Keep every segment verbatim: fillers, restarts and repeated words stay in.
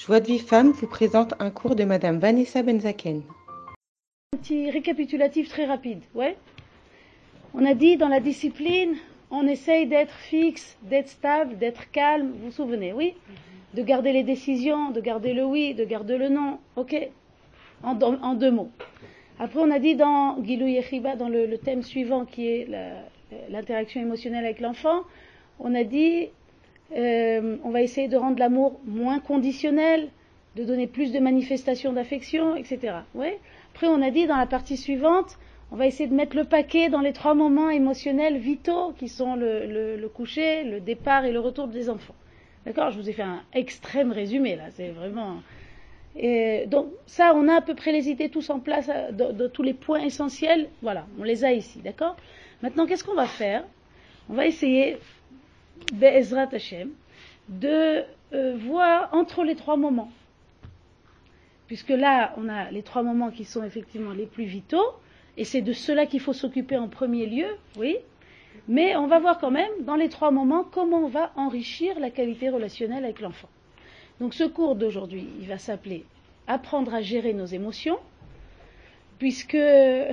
Joie de vie femme vous présente un cours de Madame Vanessa Benzaken. Un petit récapitulatif très rapide, ouais. On a dit dans la discipline, on essaye d'être fixe, d'être stable, d'être calme, vous vous souvenez, oui? De garder les décisions, de garder le oui, de garder le non, ok? En, en deux mots. Après, on a dit dans Gilou Yechiba, dans le, le thème suivant qui est la, l'interaction émotionnelle avec l'enfant, on a dit euh, on va essayer de rendre l'amour moins conditionnel, de donner plus de manifestations d'affection, et cetera. Ouais. Après, on a dit dans la partie suivante, on va essayer de mettre le paquet dans les trois moments émotionnels vitaux qui sont le, le, le coucher, le départ et le retour des enfants. D'accord? Je vous ai fait un extrême résumé là, c'est vraiment. Et donc ça, on a à peu près les idées tous en place, de, de tous les points essentiels. Voilà, on les a ici, d'accord? Maintenant, qu'est-ce qu'on va faire? On va essayer, Be'ezrat Hashem, de euh, voir entre les trois moments. Puisque là, on a les trois moments qui sont effectivement les plus vitaux, et c'est de cela qu'il faut s'occuper en premier lieu, oui. Mais on va voir quand même, dans les trois moments, comment on va enrichir la qualité relationnelle avec l'enfant. Donc ce cours d'aujourd'hui, il va s'appeler « Apprendre à gérer nos émotions », puisque de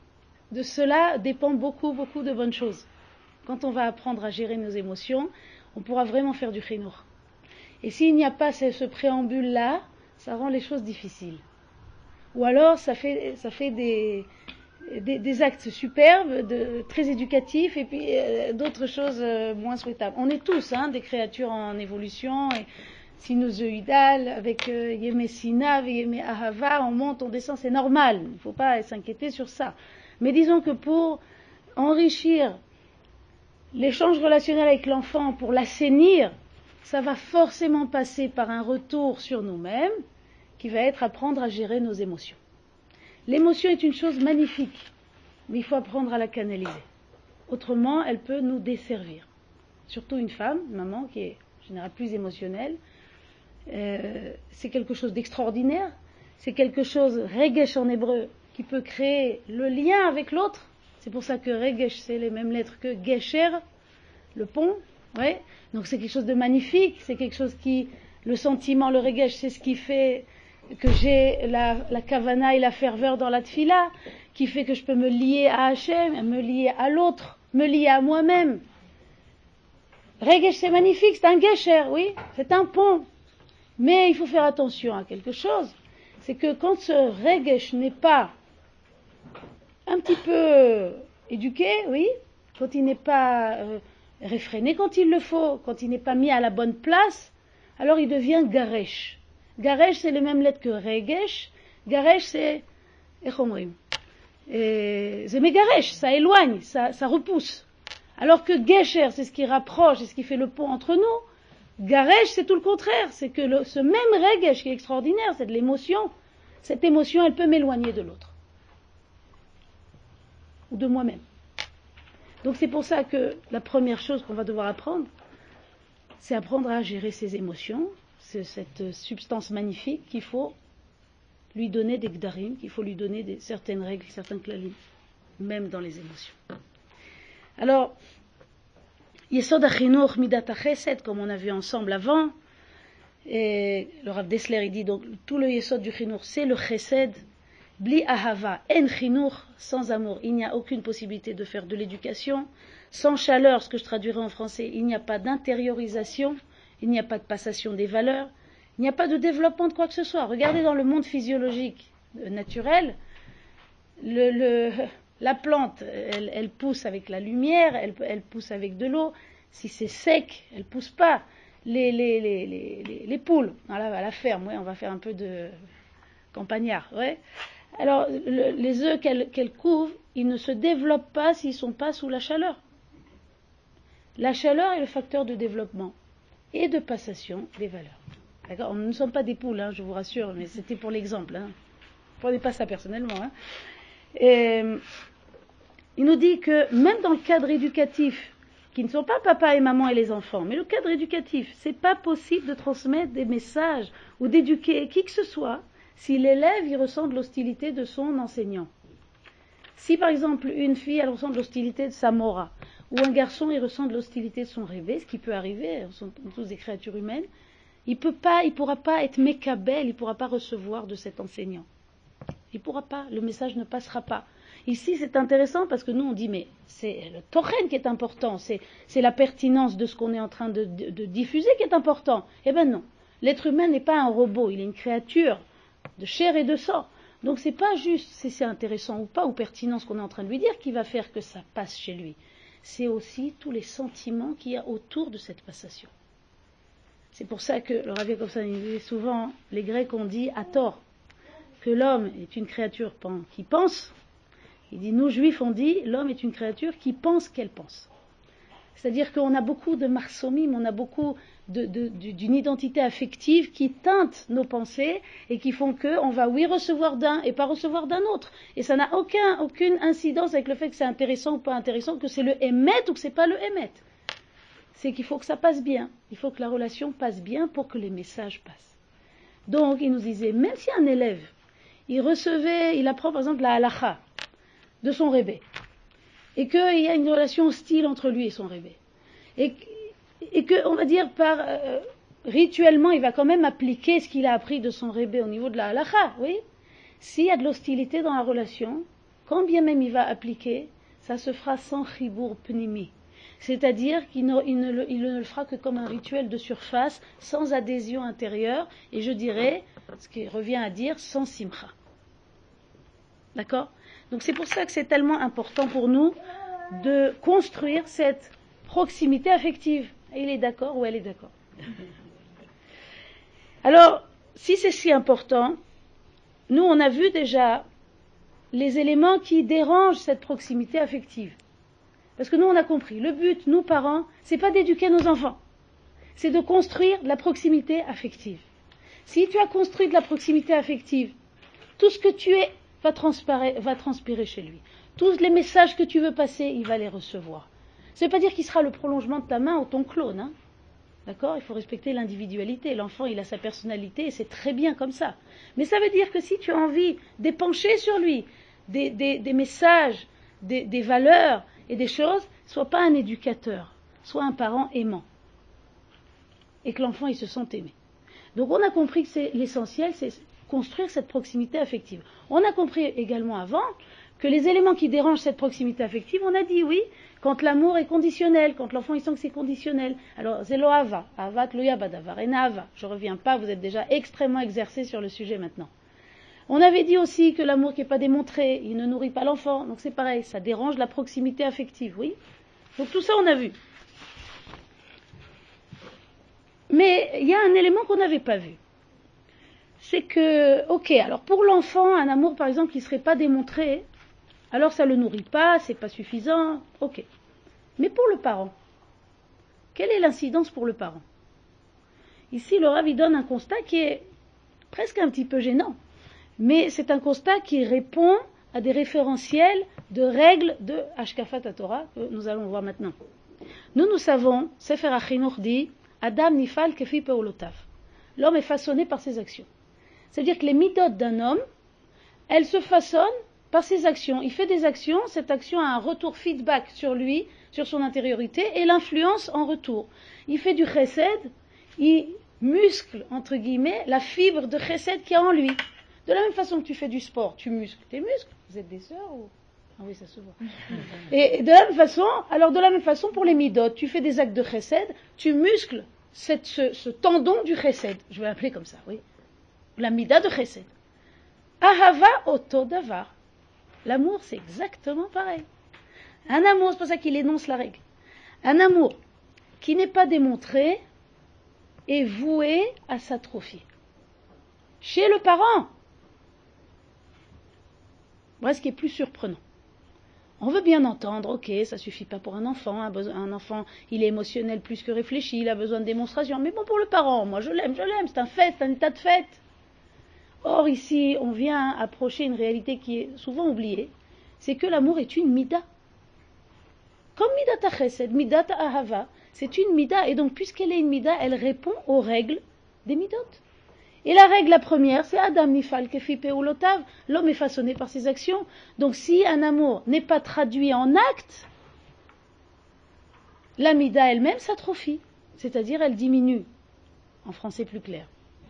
cela dépendent beaucoup, beaucoup de bonnes choses. Quand on va apprendre à gérer nos émotions, on pourra vraiment faire du chinour. Et s'il n'y a pas ce, ce préambule-là, ça rend les choses difficiles. Ou alors ça fait, ça fait des, des, des actes superbes, de, très éducatifs, et puis euh, d'autres choses euh, moins souhaitables. On est tous hein, des créatures en évolution, et sinusoïdales, avec euh, Yemé Sina, Yemé Ahava, on monte, on descend, c'est normal, il ne faut pas s'inquiéter sur ça. Mais disons que pour enrichir l'échange relationnel avec l'enfant, pour l'assainir, ça va forcément passer par un retour sur nous-mêmes, qui va être apprendre à gérer nos émotions. L'émotion est une chose magnifique, mais il faut apprendre à la canaliser. Autrement, elle peut nous desservir. Surtout une femme, une maman, qui est en général plus émotionnelle, euh, c'est quelque chose d'extraordinaire, c'est quelque chose, regesh en hébreu, qui peut créer le lien avec l'autre. C'est pour ça que regesh, c'est les mêmes lettres que gesher, le pont, ouais. Donc c'est quelque chose de magnifique, c'est quelque chose qui, le sentiment, le regesh, c'est ce qui fait que j'ai la, la kavana et la ferveur dans la tfila, qui fait que je peux me lier à Hachem, me lier à l'autre, me lier à moi-même. Regesh, c'est magnifique, c'est un gesher, oui, c'est un pont. Mais il faut faire attention à quelque chose, c'est que quand ce regesh n'est pas un petit peu éduqué, oui, quand il n'est pas euh, réfréné, quand il le faut, quand il n'est pas mis à la bonne place, alors il devient garesh. Garesh, c'est les mêmes lettres que regesh. Garesh, c'est echomrim. C'est mégaresh, ça éloigne, ça, ça repousse. Alors que gesher, c'est ce qui rapproche, c'est ce qui fait le pont entre nous. Garesh, c'est tout le contraire, c'est que le, ce même regesh qui est extraordinaire, c'est de l'émotion. Cette émotion, elle peut m'éloigner de l'autre. Ou de moi-même. Donc c'est pour ça que la première chose qu'on va devoir apprendre, c'est apprendre à gérer ses émotions, c'est cette substance magnifique qu'il faut lui donner des gdarim, qu'il faut lui donner des, certaines règles, certains klalim, même dans les émotions. Alors, Yesod HaChinuch Midat HaChesed, comme on a vu ensemble avant, et le Rav Dessler il dit donc tout le Yesod du Chinuch c'est le Chesed, Bli Ahava, En Chinuch, sans amour, il n'y a aucune possibilité de faire de l'éducation, sans chaleur, ce que je traduirai en français, il n'y a pas d'intériorisation, il n'y a pas de passation des valeurs, il n'y a pas de développement de quoi que ce soit. Regardez dans le monde physiologique euh, naturel, le, le, la plante, elle, elle pousse avec la lumière, elle, elle pousse avec de l'eau. Si c'est sec, elle ne pousse pas. Les, les, les, les, les poules, à la, à la ferme, ouais, on va faire un peu de campagnard. Ouais. Alors, le, les œufs qu'elle, qu'elle couve, ils ne se développent pas s'ils ne sont pas sous la chaleur. La chaleur est le facteur de développement et de passation des valeurs. D'accord ? Nous ne sommes pas des poules, hein, je vous rassure, mais c'était pour l'exemple. Hein. Ne prenez pas ça personnellement. Hein. Et, il nous dit que même dans le cadre éducatif, qui ne sont pas papa et maman et les enfants, mais le cadre éducatif, c'est pas possible de transmettre des messages ou d'éduquer qui que ce soit si l'élève il ressent de l'hostilité de son enseignant. Si par exemple une fille elle ressent de l'hostilité de sa mora, ou un garçon il ressent de l'hostilité de son rêvé, ce qui peut arriver, nous sommes tous des créatures humaines, il peut pas, il pourra pas être mékabel, il pourra pas recevoir de cet enseignant. Il pourra pas, le message ne passera pas. Ici, c'est intéressant parce que nous, on dit, mais c'est le Tochen qui est important, c'est, c'est la pertinence de ce qu'on est en train de, de, de diffuser qui est important. Eh bien non, l'être humain n'est pas un robot, il est une créature de chair et de sang. Donc c'est pas juste si c'est intéressant ou pas, ou pertinent ce qu'on est en train de lui dire qui va faire que ça passe chez lui. C'est aussi tous les sentiments qu'il y a autour de cette passation. C'est pour ça que le Rav Yaakov Sandin disait souvent, les Grecs ont dit à tort que l'homme est une créature qui pense. Il dit, nous juifs on dit, l'homme est une créature qui pense qu'elle pense. C'est-à-dire qu'on a beaucoup de marsomim, on a beaucoup de, de, d'une identité affective qui teinte nos pensées et qui font qu'on va oui recevoir d'un et pas recevoir d'un autre. Et ça n'a aucun, aucune incidence avec le fait que c'est intéressant ou pas intéressant, que c'est le émet ou que c'est pas le émet. C'est qu'il faut que ça passe bien. Il faut que la relation passe bien pour que les messages passent. Donc, il nous disait, même si un élève, il recevait, il apprend par exemple la halakha de son rébé, et qu'il y a une relation hostile entre lui et son rébé, et, et que, on va dire, par euh, rituellement, il va quand même appliquer ce qu'il a appris de son rébé au niveau de la halakha, oui. S'il y a de l'hostilité dans la relation, quand bien même il va appliquer, ça se fera sans chibour pnimi. C'est-à-dire qu'il ne, il ne, le, il ne le fera que comme un rituel de surface, sans adhésion intérieure, et je dirais, ce qui revient à dire, sans simcha. D'accord ? Donc c'est pour ça que c'est tellement important pour nous de construire cette proximité affective. Et il est d'accord ou elle est d'accord. Alors, si c'est si important, nous on a vu déjà les éléments qui dérangent cette proximité affective. Parce que nous, on a compris, le but, nous, parents, c'est pas d'éduquer nos enfants, c'est de construire de la proximité affective. Si tu as construit de la proximité affective, tout ce que tu es va transpirer, va transpirer chez lui. Tous les messages que tu veux passer, il va les recevoir. Ça ne veut pas dire qu'il sera le prolongement de ta main ou ton clone, hein. D'accord ? Il faut respecter l'individualité. L'enfant, il a sa personnalité et c'est très bien comme ça. Mais ça veut dire que si tu as envie d'épancher sur lui des, des, des messages, des, des valeurs, et des choses, sois pas un éducateur, sois un parent aimant. Et que l'enfant, il se sente aimé. Donc on a compris que c'est l'essentiel, c'est construire cette proximité affective. On a compris également avant que les éléments qui dérangent cette proximité affective, on a dit oui, quand l'amour est conditionnel, quand l'enfant il sent que c'est conditionnel. Alors, c'est lo hava, avat lo yabadavar, et hava. Je ne reviens pas, vous êtes déjà extrêmement exercés sur le sujet maintenant. On avait dit aussi que l'amour qui n'est pas démontré, il ne nourrit pas l'enfant. Donc c'est pareil, ça dérange la proximité affective, oui. Donc tout ça, on a vu. Mais il y a un élément qu'on n'avait pas vu. C'est que, ok, alors pour l'enfant, un amour par exemple qui ne serait pas démontré, alors ça ne le nourrit pas, c'est pas suffisant, ok. Mais pour le parent, quelle est l'incidence pour le parent ? Ici, le Rav, il donne un constat qui est presque un petit peu gênant. Mais c'est un constat qui répond à des référentiels de règles de Hashkafat HaTorah que nous allons voir maintenant. Nous, nous savons, Sefer HaChinuch dit, Adam nifal kefi peolotav. L'homme est façonné par ses actions. C'est-à-dire que les midot d'un homme, elles se façonnent par ses actions. Il fait des actions, cette action a un retour feedback sur lui, sur son intériorité, et l'influence en retour. Il fait du chesed, il muscle, entre guillemets, la fibre de chesed qu'il y a en lui. De la même façon que tu fais du sport, tu muscles tes muscles. Vous êtes des sœurs ou... Ah oui, ça se voit. Et de la même façon, alors de la même façon pour les midot, tu fais des actes de chesed, tu muscles cette, ce, ce tendon du chesed. Je vais l'appeler comme ça, oui. La mida de chesed. Ahava oto davar. L'amour, c'est exactement pareil. Un amour, c'est pour ça qu'il énonce la règle. Un amour qui n'est pas démontré est voué à s'atrophier. Chez le parent. Voilà ce qui est plus surprenant. On veut bien entendre, ok, ça suffit pas pour un enfant, un, besoin, un enfant, il est émotionnel plus que réfléchi, il a besoin de démonstration, mais bon, pour le parent, moi je l'aime, je l'aime, c'est un fait, c'est un état de fait. Or ici, on vient approcher une réalité qui est souvent oubliée, c'est que l'amour est une mida. Comme midat chesed, midat ahava, c'est une mida, et donc puisqu'elle est une mida, elle répond aux règles des midot. Et la règle la première, c'est Adam nifal kefi peolotav, l'homme est façonné par ses actions. Donc si un amour n'est pas traduit en acte, la mida elle-même s'atrophie, c'est-à-dire elle diminue en français plus clair.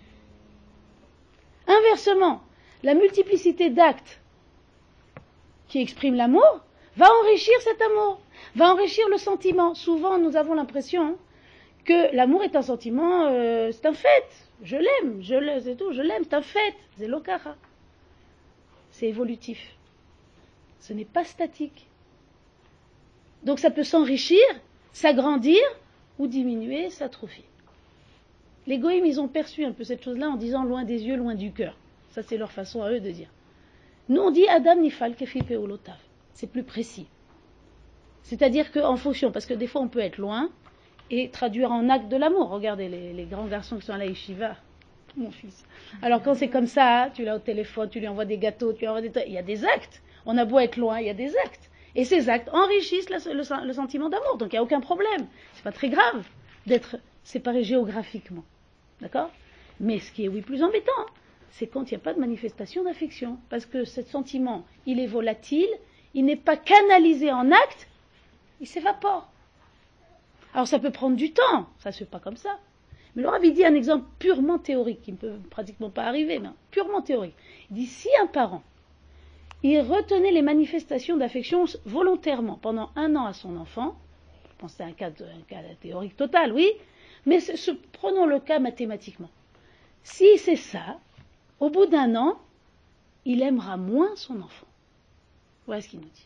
Inversement, la multiplicité d'actes qui expriment l'amour va enrichir cet amour, va enrichir le sentiment. Souvent, nous avons l'impression que l'amour est un sentiment, euh, c'est un fait. Je l'aime, je l'aime, c'est tout, je l'aime, c'est un fait. C'est l'okara. C'est évolutif. Ce n'est pas statique. Donc ça peut s'enrichir, s'agrandir ou diminuer, s'atrophier. Les goïms, ils ont perçu un peu cette chose-là en disant loin des yeux, loin du cœur. Ça, c'est leur façon à eux de dire. Nous, on dit Adam nifal kefi peolotav. C'est plus précis. C'est-à-dire qu'en fonction, parce que des fois on peut être loin et traduire en acte de l'amour. Regardez les, les grands garçons qui sont à la yeshiva, mon fils. Alors quand c'est comme ça, tu l'as au téléphone, tu lui envoies des gâteaux, tu lui envoies des... il y a des actes. On a beau être loin, il y a des actes. Et ces actes enrichissent le, le, le sentiment d'amour. Donc il n'y a aucun problème. C'est pas très grave d'être séparé géographiquement. D'accord ? Mais ce qui est oui plus embêtant, c'est quand il n'y a pas de manifestation d'affection. Parce que ce sentiment, il est volatile, il n'est pas canalisé en acte, il s'évapore. Alors ça peut prendre du temps, ça ne se fait pas comme ça. Mais le Rav dit un exemple purement théorique, qui ne peut pratiquement pas arriver, mais purement théorique. Il dit si un parent, il retenait les manifestations d'affection volontairement pendant un an à son enfant, je pense que c'est un cas, de, un cas théorique total, oui, mais ce, prenons le cas mathématiquement. Si c'est ça, au bout d'un an, il aimera moins son enfant. Voilà ce qu'il nous dit.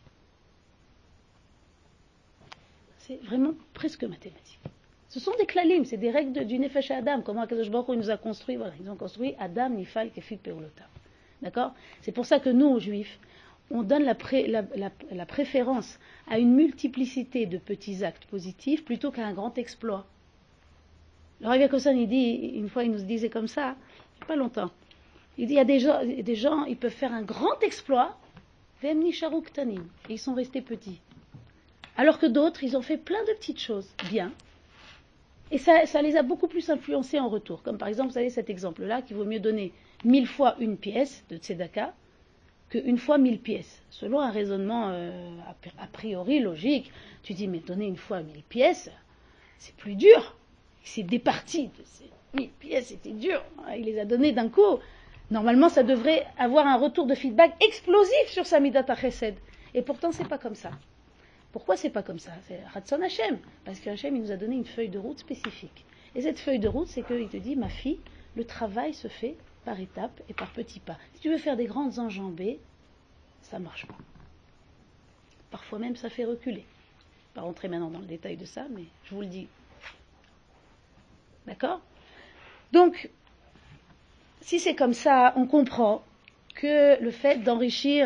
C'est vraiment presque mathématique. Ce sont des klalim, c'est des règles de, du Nefesh Adam. Comment Akadosh Baruch Hu nous a construit, voilà, ils ont construit Adam, Nifal, Kefi, Peulota. D'accord ? C'est pour ça que nous, aux Juifs, on donne la, pré, la, la, la préférence à une multiplicité de petits actes positifs plutôt qu'à un grand exploit. Le Rav Yaakov, il dit, une fois il nous disait comme ça, il n'y a pas longtemps, il dit, il y a des gens, des gens, ils peuvent faire un grand exploit, Vem nisharu ktanim, et ils sont restés petits. Alors que d'autres, ils ont fait plein de petites choses, bien, et ça, ça les a beaucoup plus influencés en retour. Comme par exemple, vous savez cet exemple-là, qu'il vaut mieux donner mille fois une pièce de tzedaka qu'une fois mille pièces. Selon un raisonnement euh, a priori logique, tu dis, mais donner une fois mille pièces, c'est plus dur. C'est départi de ces mille pièces, c'était dur. Il les a données d'un coup. Normalement, ça devrait avoir un retour de feedback explosif sur sa midat chesed. Et pourtant, c'est pas comme ça. Pourquoi c'est pas comme ça ? C'est Ratzon Hashem. Parce qu'Hachem, il nous a donné une feuille de route spécifique. Et cette feuille de route, c'est qu'il te dit, ma fille, le travail se fait par étapes et par petits pas. Si tu veux faire des grandes enjambées, ça ne marche pas. Parfois même, ça fait reculer. Je ne vais pas rentrer maintenant dans le détail de ça, mais je vous le dis. D'accord ? Donc, si c'est comme ça, on comprend que le fait d'enrichir,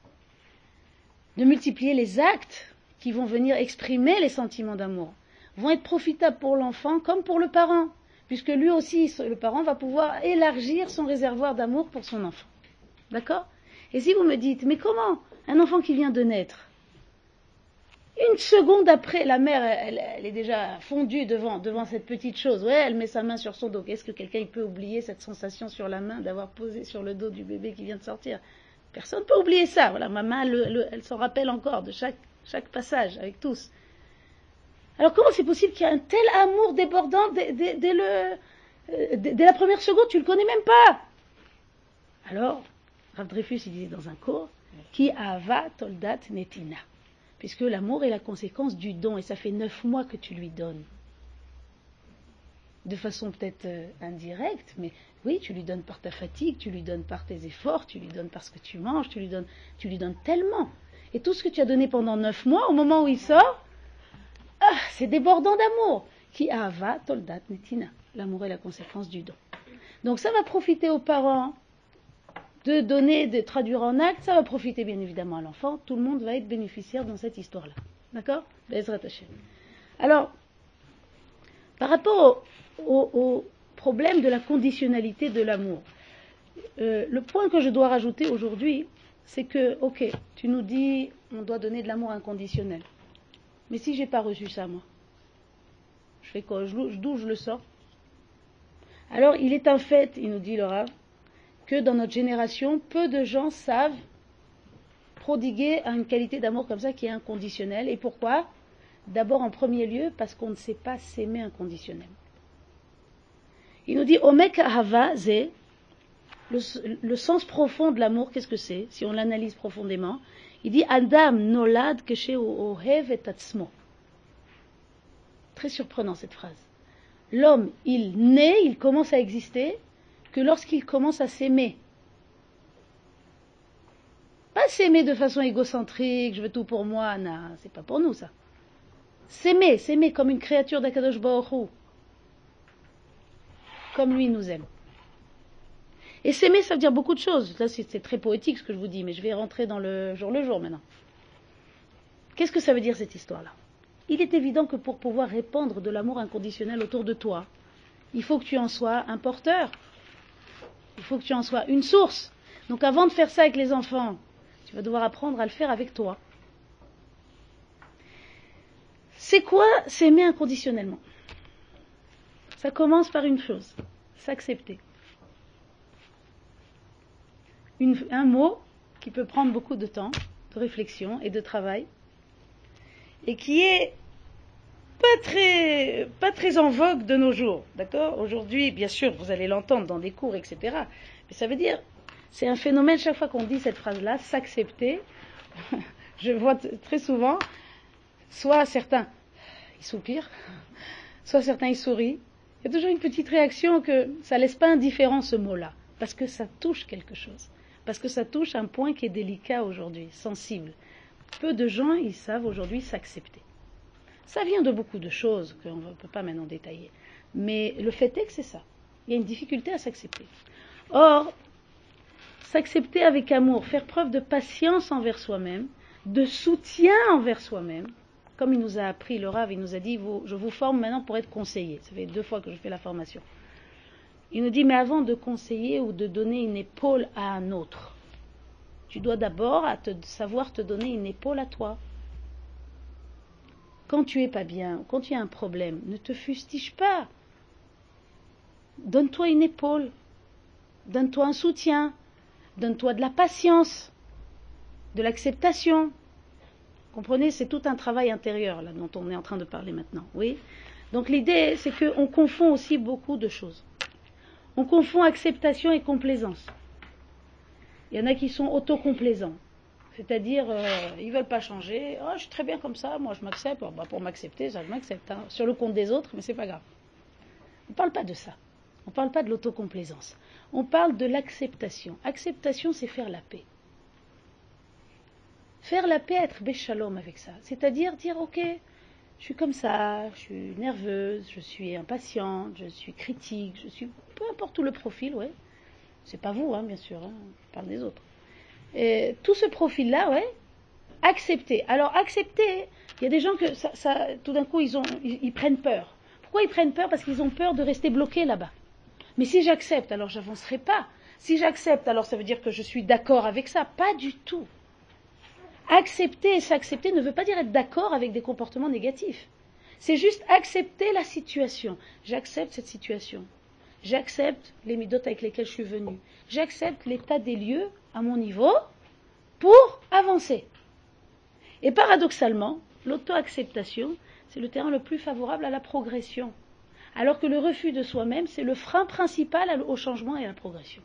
de multiplier les actes qui vont venir exprimer les sentiments d'amour, vont être profitables pour l'enfant comme pour le parent, puisque lui aussi, le parent, va pouvoir élargir son réservoir d'amour pour son enfant. D'accord ? Et si vous me dites, mais comment un enfant qui vient de naître, une seconde après, la mère, elle, elle est déjà fondue devant, devant cette petite chose. Ouais, elle met sa main sur son dos. Est-ce que quelqu'un peut oublier cette sensation sur la main d'avoir posé sur le dos du bébé qui vient de sortir ? Personne ne peut oublier ça. Voilà, ma main, le, le, elle s'en rappelle encore de chaque, chaque passage avec tous. Alors comment c'est possible qu'il y ait un tel amour débordant dès, dès, dès, le, euh, dès, dès la première seconde, tu ne le connais même pas ? Alors, Rav Dreyfus, il disait dans un cours, Ki ahava toldat netina. Puisque l'amour est la conséquence du don, et ça fait neuf mois que tu lui donnes. De façon peut-être euh, indirecte, mais oui, tu lui donnes par ta fatigue, tu lui donnes par tes efforts, tu lui donnes par ce que tu manges, tu lui donnes, tu lui donnes tellement. Et tout ce que tu as donné pendant neuf mois, au moment où il sort, ah, c'est débordant d'amour. Ki ahava toldat netina. L'amour est la conséquence du don. Donc ça va profiter aux parents de donner, de traduire en acte, ça va profiter bien évidemment à l'enfant. Tout le monde va être bénéficiaire dans cette histoire-là. D'accord ? Be'ezrat Hashem. Alors, par rapport au, au, au problème de la conditionnalité de l'amour, euh, le point que je dois rajouter aujourd'hui, c'est que, ok, tu nous dis, on doit donner de l'amour inconditionnel. Mais si je n'ai pas reçu ça, moi, je fais quoi ? D'où je le sors ? Alors, il est un fait, il nous dit le Rav, que dans notre génération, peu de gens savent prodiguer une qualité d'amour comme ça qui est inconditionnelle. Et pourquoi ? D'abord, en premier lieu, parce qu'on ne sait pas s'aimer inconditionnellement. Il nous dit Omek Ahava Ze, le, le sens profond de l'amour, qu'est-ce que c'est? Si on l'analyse profondément, il dit Adam nolad keshe ohev et atzmo. Très surprenant cette phrase. L'homme, il naît, il commence à exister que lorsqu'il commence à s'aimer. Pas s'aimer de façon égocentrique, je veux tout pour moi, non, c'est pas pour nous ça. S'aimer, s'aimer comme une créature d'Akadosh Baruch Hu. Comme lui nous aime. Et s'aimer, ça veut dire beaucoup de choses. Là, c'est très poétique ce que je vous dis, mais je vais rentrer dans le jour le jour maintenant. Qu'est-ce que ça veut dire cette histoire-là? Il est évident que pour pouvoir répandre de l'amour inconditionnel autour de toi, il faut que tu en sois un porteur. Il faut que tu en sois une source. Donc avant de faire ça avec les enfants, tu vas devoir apprendre à le faire avec toi. C'est quoi s'aimer inconditionnellement? Ça commence par une chose, s'accepter. Une, un mot qui peut prendre beaucoup de temps, de réflexion et de travail, et qui est pas très, pas très en vogue de nos jours, d'accord? Aujourd'hui, bien sûr, vous allez l'entendre dans des cours, et cetera. Mais ça veut dire, c'est un phénomène, chaque fois qu'on dit cette phrase-là, s'accepter, je vois t- très souvent, soit certains, ils soupirent, soit certains, ils sourient. Il y a toujours une petite réaction que ça laisse pas indifférent ce mot-là, parce que ça touche quelque chose, parce que ça touche un point qui est délicat aujourd'hui, sensible. Peu de gens, ils savent aujourd'hui s'accepter. Ça vient de beaucoup de choses qu'on ne peut pas maintenant détailler. Mais le fait est que c'est ça. Il y a une difficulté à s'accepter. Or, s'accepter avec amour, faire preuve de patience envers soi-même, de soutien envers soi-même, comme il nous a appris, le Rav, il nous a dit, vous, je vous forme maintenant pour être conseiller. Ça fait deux fois que je fais la formation. Il nous dit, mais avant de conseiller ou de donner une épaule à un autre, tu dois d'abord à te, savoir te donner une épaule à toi. Quand tu es pas bien, quand tu as un problème, ne te fustige pas. Donne-toi une épaule. Donne-toi un soutien. Donne-toi de la patience, de l'acceptation. Comprenez, c'est tout un travail intérieur là dont on est en train de parler maintenant. Oui. Donc l'idée, c'est qu'on confond aussi beaucoup de choses. On confond acceptation et complaisance. Il y en a qui sont autocomplaisants. C'est-à-dire, euh, ils ne veulent pas changer. Oh, je suis très bien comme ça, moi je m'accepte. Oh, bah, pour m'accepter, ça je m'accepte. Hein. Sur le compte des autres, mais c'est pas grave. On ne parle pas de ça. On ne parle pas de l'autocomplaisance. On parle de l'acceptation. Acceptation, c'est faire la paix. Faire la paix, être béchalom avec ça. C'est-à-dire dire, ok, je suis comme ça, je suis nerveuse, je suis impatiente, je suis critique, je suis... Peu importe tout le profil, ouais. C'est pas vous, hein, bien sûr, hein. Je parle des autres. Et tout ce profil-là, ouais, accepter. Alors, accepter, il y a des gens que ça, ça, tout d'un coup, ils, ont, ils, ils prennent peur. Pourquoi ils prennent peur? Parce qu'ils ont peur de rester bloqués là-bas. Mais si j'accepte, alors j'avancerai pas. Si j'accepte, alors ça veut dire que je suis d'accord avec ça. Pas du tout. Accepter et s'accepter ne veut pas dire être d'accord avec des comportements négatifs. C'est juste accepter la situation. J'accepte cette situation. J'accepte les midotes avec lesquelles je suis venue. J'accepte l'état des lieux à mon niveau pour avancer. Et paradoxalement, l'auto-acceptation, c'est le terrain le plus favorable à la progression. Alors que le refus de soi-même, c'est le frein principal au changement et à la progression.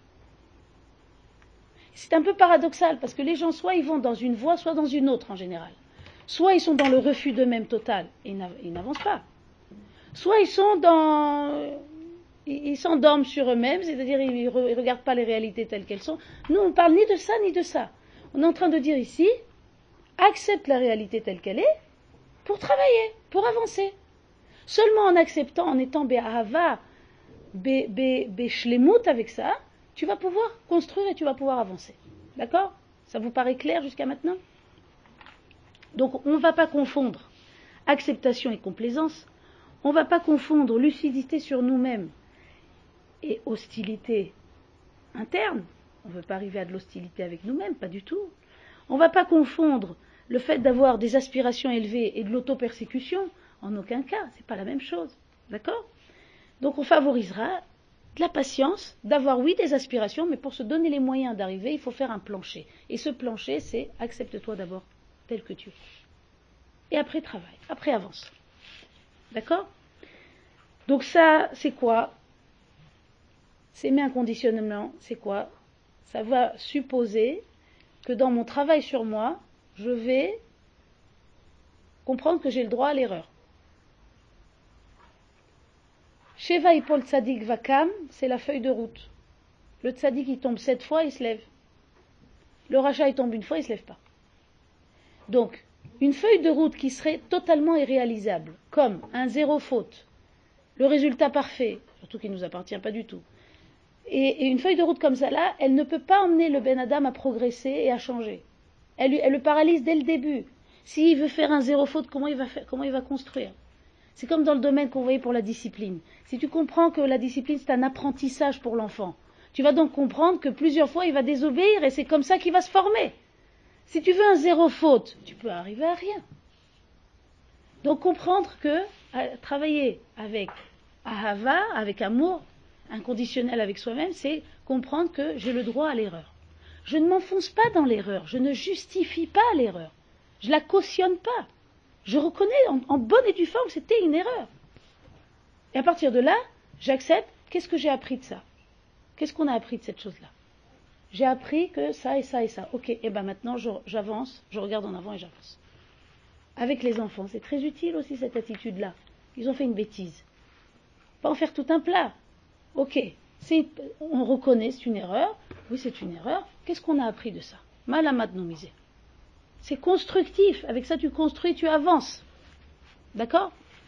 C'est un peu paradoxal, parce que les gens, soit ils vont dans une voie, soit dans une autre en général. Soit ils sont dans le refus d'eux-mêmes total, et ils n'avancent pas. Soit ils sont dans... Ils s'endorment sur eux-mêmes, c'est-à-dire ils ne regardent pas les réalités telles qu'elles sont. Nous, on ne parle ni de ça, ni de ça. On est en train de dire ici, accepte la réalité telle qu'elle est, pour travailler, pour avancer. Seulement en acceptant, en étant be'ahava, be'shlemut avec ça, tu vas pouvoir construire et tu vas pouvoir avancer. D'accord? Ça vous paraît clair jusqu'à maintenant? Donc on ne va pas confondre acceptation et complaisance. On ne va pas confondre lucidité sur nous-mêmes et hostilité interne. On ne veut pas arriver à de l'hostilité avec nous-mêmes, pas du tout. On ne va pas confondre le fait d'avoir des aspirations élevées et de l'auto-persécution. En aucun cas, ce n'est pas la même chose. D'accord? Donc on favorisera de la patience, d'avoir oui des aspirations, mais pour se donner les moyens d'arriver, il faut faire un plancher. Et ce plancher, c'est accepte-toi d'abord tel que tu es. Et après travaille, après avance. D'accord? Donc ça, c'est quoi? S'aimer inconditionnellement, c'est quoi? Ça va supposer que dans mon travail sur moi, je vais comprendre que j'ai le droit à l'erreur. Sheva Ipol Tzadik Vakam, c'est la feuille de route. Le Tzadik, il tombe sept fois, il se lève. Le Racha, il tombe une fois, il ne se lève pas. Donc, une feuille de route qui serait totalement irréalisable, comme un zéro faute, le résultat parfait, surtout qui ne nous appartient pas du tout, et, et une feuille de route comme ça là, elle ne peut pas emmener le Ben Adam à progresser et à changer. Elle, elle le paralyse dès le début. S'il veut faire un zéro faute, comment il va faire, comment il va construire? C'est comme dans le domaine qu'on voyait pour la discipline. Si tu comprends que la discipline c'est un apprentissage pour l'enfant, tu vas donc comprendre que plusieurs fois il va désobéir et c'est comme ça qu'il va se former. Si tu veux un zéro faute, tu peux arriver à rien. Donc comprendre que à, travailler avec ahava, avec amour inconditionnel avec soi-même, c'est comprendre que j'ai le droit à l'erreur. Je ne m'enfonce pas dans l'erreur, je ne justifie pas l'erreur, je ne la cautionne pas. Je reconnais en, en bonne et due forme que c'était une erreur. Et à partir de là, j'accepte, qu'est-ce que j'ai appris de ça? Qu'est-ce qu'on a appris de cette chose-là? J'ai appris que ça et ça et ça. Ok, et bien maintenant je, j'avance, je regarde en avant et j'avance. Avec les enfants, c'est très utile aussi cette attitude-là. Ils ont fait une bêtise. Pas en faire tout un plat. Ok, c'est, on reconnaît, c'est une erreur. Oui, c'est une erreur. Qu'est-ce qu'on a appris de ça? Malamat non misé. C'est constructif. Avec ça, tu construis, tu avances. D'accord?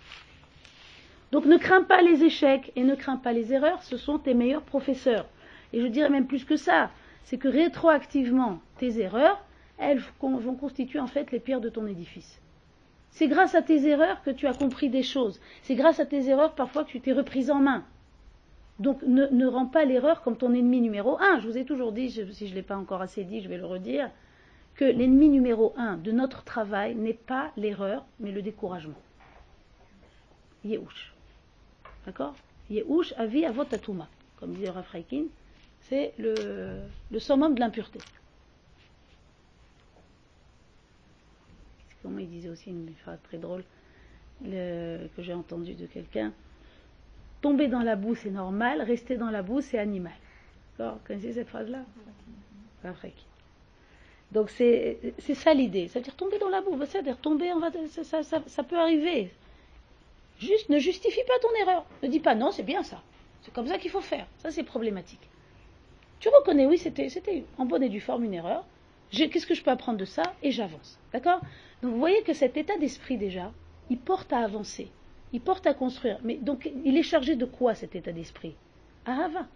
Donc ne crains pas les échecs et ne crains pas les erreurs. Ce sont tes meilleurs professeurs. Et je dirais même plus que ça. C'est que rétroactivement, tes erreurs, elles vont constituer en fait les pierres de ton édifice. C'est grâce à tes erreurs que tu as compris des choses. C'est grâce à tes erreurs parfois que tu t'es reprise en main. Donc ne, ne rends pas l'erreur comme ton ennemi numéro un. Je vous ai toujours dit, je, si je ne l'ai pas encore assez dit, je vais le redire, que l'ennemi numéro un de notre travail n'est pas l'erreur, mais le découragement. Yehush. D'accord? Yehush avi avot atuma. Comme disait Rav Freikin, c'est le, le summum de l'impureté. Comment il disait aussi une phrase très drôle le, que j'ai entendue de quelqu'un. Tomber dans la boue, c'est normal, rester dans la boue, c'est animal. D'accord? Vous connaissez cette phrase-là? Rav Freikin. Donc c'est, c'est ça l'idée. Ça veut dire tomber dans la boue. Ça veut dire tomber, on va, ça, ça, ça, ça peut arriver. Juste ne justifie pas ton erreur. Ne dis pas non, c'est bien ça. C'est comme ça qu'il faut faire. Ça, c'est problématique. Tu reconnais, oui, c'était, c'était en bonne et due forme une erreur. J'ai, qu'est-ce que je peux apprendre de ça? Et j'avance. D'accord? Donc vous voyez que cet état d'esprit déjà, il porte à avancer. Il porte à construire. Mais donc, il est chargé de quoi cet état d'esprit? Ahava.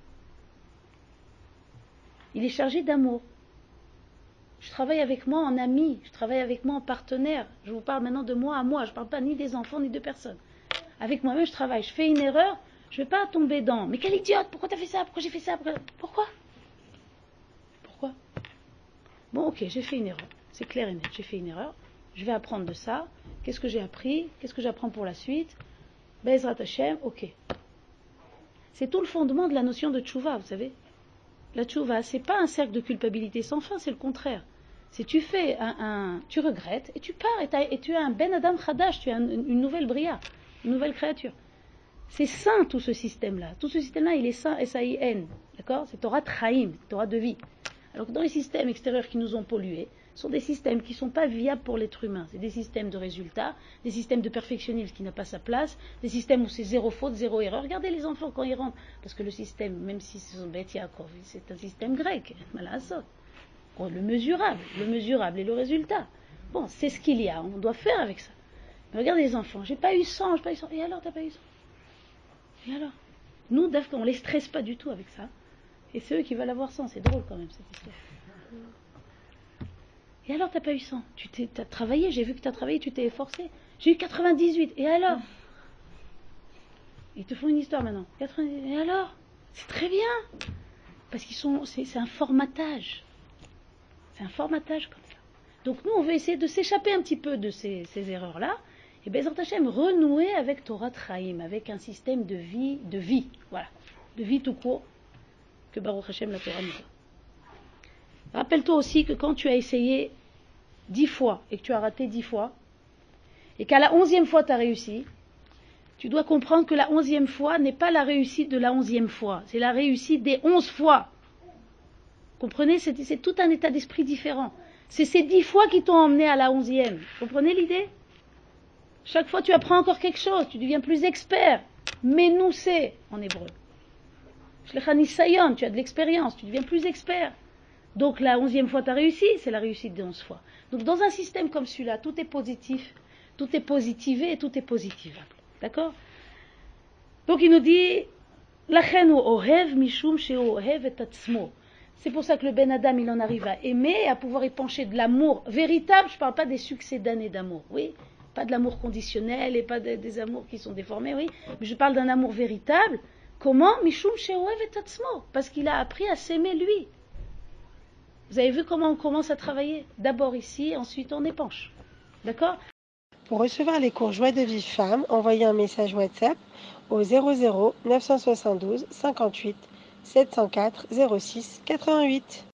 Il est chargé d'amour. Je travaille avec moi en ami, je travaille avec moi en partenaire. Je vous parle maintenant de moi à moi. Je ne parle pas ni des enfants ni de personne. Avec moi-même, je travaille. Je fais une erreur, je ne vais pas tomber dans. Mais quel idiote, pourquoi tu as fait ça? Pourquoi j'ai fait ça? Pourquoi? Pourquoi? Bon, ok, j'ai fait une erreur. C'est clair et net, j'ai fait une erreur. Je vais apprendre de ça. Qu'est-ce que j'ai appris? Qu'est-ce que j'apprends pour la suite? Bezrat Hashem, ok. C'est tout le fondement de la notion de tchouva, vous savez. La tchouva, c'est pas un cercle de culpabilité sans fin, c'est le contraire. C'est tu fais un, un tu regrettes et tu pars et, et tu as un ben adam chadash, tu as un, une nouvelle bria, une nouvelle créature. C'est sain tout ce système-là. Tout ce système-là, il est sain, S A I N, d'accord? C'est Torah Traïm, Torah de vie. Alors que dans les systèmes extérieurs qui nous ont pollués, ce sont des systèmes qui ne sont pas viables pour l'être humain. C'est des systèmes de résultats, des systèmes de perfectionnisme qui n'a pas sa place, des systèmes où c'est zéro faute, zéro erreur. Regardez les enfants quand ils rentrent, parce que le système, même si ce sont Beth Yaakov, c'est un système grec, Malassot. Le mesurable, le mesurable et le résultat. Bon, c'est ce qu'il y a, on doit faire avec ça. Mais regardez les enfants, j'ai pas eu cent, j'ai pas eu cent. Et alors, t'as pas eu cent? Et alors? Nous, on les stresse pas du tout avec ça. Et c'est eux qui veulent avoir cent, c'est drôle quand même cette histoire. Et alors, t'as pas eu cent? Tu t'es, t'as travaillé, j'ai vu que t'as travaillé, tu t'es efforcé. J'ai eu quatre-vingt-dix-huit, et alors? Ils te font une histoire maintenant. quatre-vingt-dix-huit, et alors? C'est très bien. Parce qu'ils sont, c'est, c'est un formatage. C'est un formatage comme ça. Donc nous, on veut essayer de s'échapper un petit peu de ces, ces erreurs-là. Et Bezrat Hashem, renouer avec Torah Traïm, avec un système de vie, de vie, voilà, de vie tout court, que Baruch Hashem la Torah nous a. Rappelle-toi aussi que quand tu as essayé dix fois et que tu as raté dix fois, et qu'à la onzième fois tu as réussi, Tu dois comprendre que la onzième fois n'est pas la réussite de la onzième fois, c'est la réussite des onze fois. Comprenez, c'est, c'est tout un état d'esprit différent. C'est ces dix fois qui t'ont emmené à la onzième. Comprenez l'idée? Chaque fois tu apprends encore quelque chose, tu deviens plus expert. Mais nous c'est en hébreu. Shlecha tu as de l'expérience, tu deviens plus expert. Donc la onzième fois tu as réussi, c'est la réussite des onze fois. Donc dans un système comme celui-là, tout est positif, tout est positivé et tout est positivable. D'accord? Donc il nous dit, Lachen hu ohev mishum shehu ohev et atzmo. C'est pour ça que le Ben Adam, il en arrive à aimer et à pouvoir épancher de l'amour véritable. Je ne parle pas des succès d'années d'amour, oui. Pas de l'amour conditionnel et pas de, des amours qui sont déformés, oui. Mais je parle d'un amour véritable. Comment? Mishum shehu ohev et atzmo. Parce qu'il a appris à s'aimer lui. Vous avez vu comment on commence à travailler? D'abord ici, ensuite on épanche. D'accord? Pour recevoir les cours Joie de Vive Femme, envoyez un message WhatsApp au zéro zéro neuf cent soixante-douze cinquante-huit sept cent quatre zéro six quatre-vingt-huit.